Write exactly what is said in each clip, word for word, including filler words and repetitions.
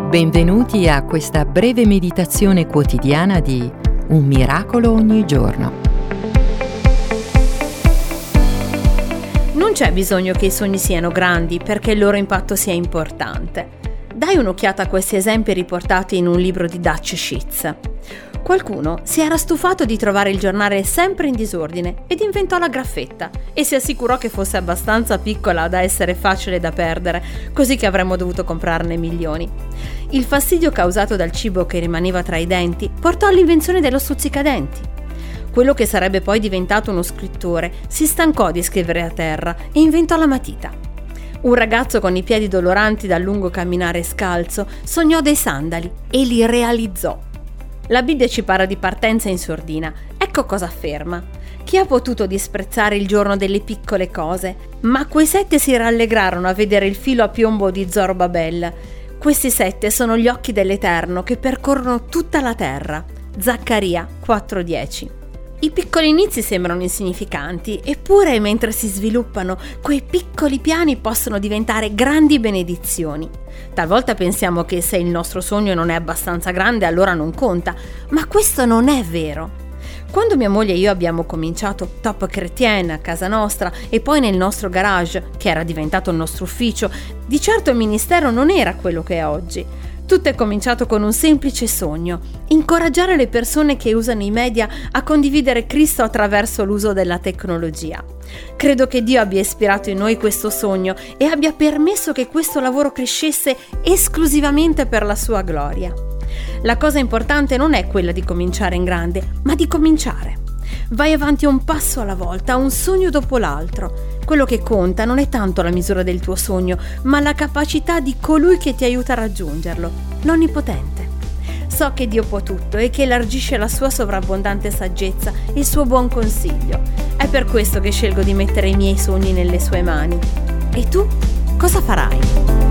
Benvenuti a questa breve meditazione quotidiana di Un miracolo ogni giorno. Non c'è bisogno che i sogni siano grandi perché il loro impatto sia importante. Dai un'occhiata a questi esempi riportati in un libro di Dutch Sheets. Qualcuno si era stufato di trovare il giornale sempre in disordine ed inventò la graffetta e si assicurò che fosse abbastanza piccola da essere facile da perdere, così che avremmo dovuto comprarne milioni. Il fastidio causato dal cibo che rimaneva tra i denti portò all'invenzione dello stuzzicadenti. Quello che sarebbe poi diventato uno scrittore si stancò di scrivere a terra e inventò la matita. Un ragazzo con i piedi doloranti dal lungo camminare scalzo sognò dei sandali e li realizzò. La Bibbia ci parla di partenza in sordina. Ecco cosa afferma. Chi ha potuto disprezzare il giorno delle piccole cose? Ma quei sette si rallegrarono a vedere il filo a piombo di Zorobabel. Questi sette sono gli occhi dell'Eterno che percorrono tutta la terra. Zaccaria quattro dieci. I piccoli inizi sembrano insignificanti, eppure mentre si sviluppano, quei piccoli piani possono diventare grandi benedizioni. Talvolta pensiamo che se il nostro sogno non è abbastanza grande allora non conta, ma questo non è vero. Quando mia moglie e io abbiamo cominciato Top Chrétien a casa nostra e poi nel nostro garage, che era diventato il nostro ufficio, di certo il ministero non era quello che è oggi. Tutto è cominciato con un semplice sogno: incoraggiare le persone che usano i media a condividere Cristo attraverso l'uso della tecnologia. Credo che Dio abbia ispirato in noi questo sogno e abbia permesso che questo lavoro crescesse esclusivamente per la sua gloria. La cosa importante non è quella di cominciare in grande, ma di cominciare. Vai avanti un passo alla volta, un sogno dopo l'altro. Quello che conta non è tanto la misura del tuo sogno, ma la capacità di colui che ti aiuta a raggiungerlo, l'Onnipotente. So che Dio può tutto e che elargisce la sua sovrabbondante saggezza e il suo buon consiglio. È per questo che scelgo di mettere i miei sogni nelle sue mani. E tu cosa farai?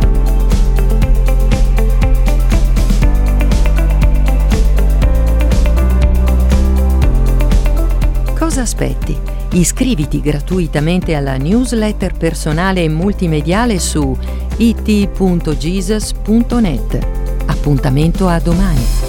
Cosa aspetti? Iscriviti gratuitamente alla newsletter personale e multimediale su it punto jesus punto net. Appuntamento a domani.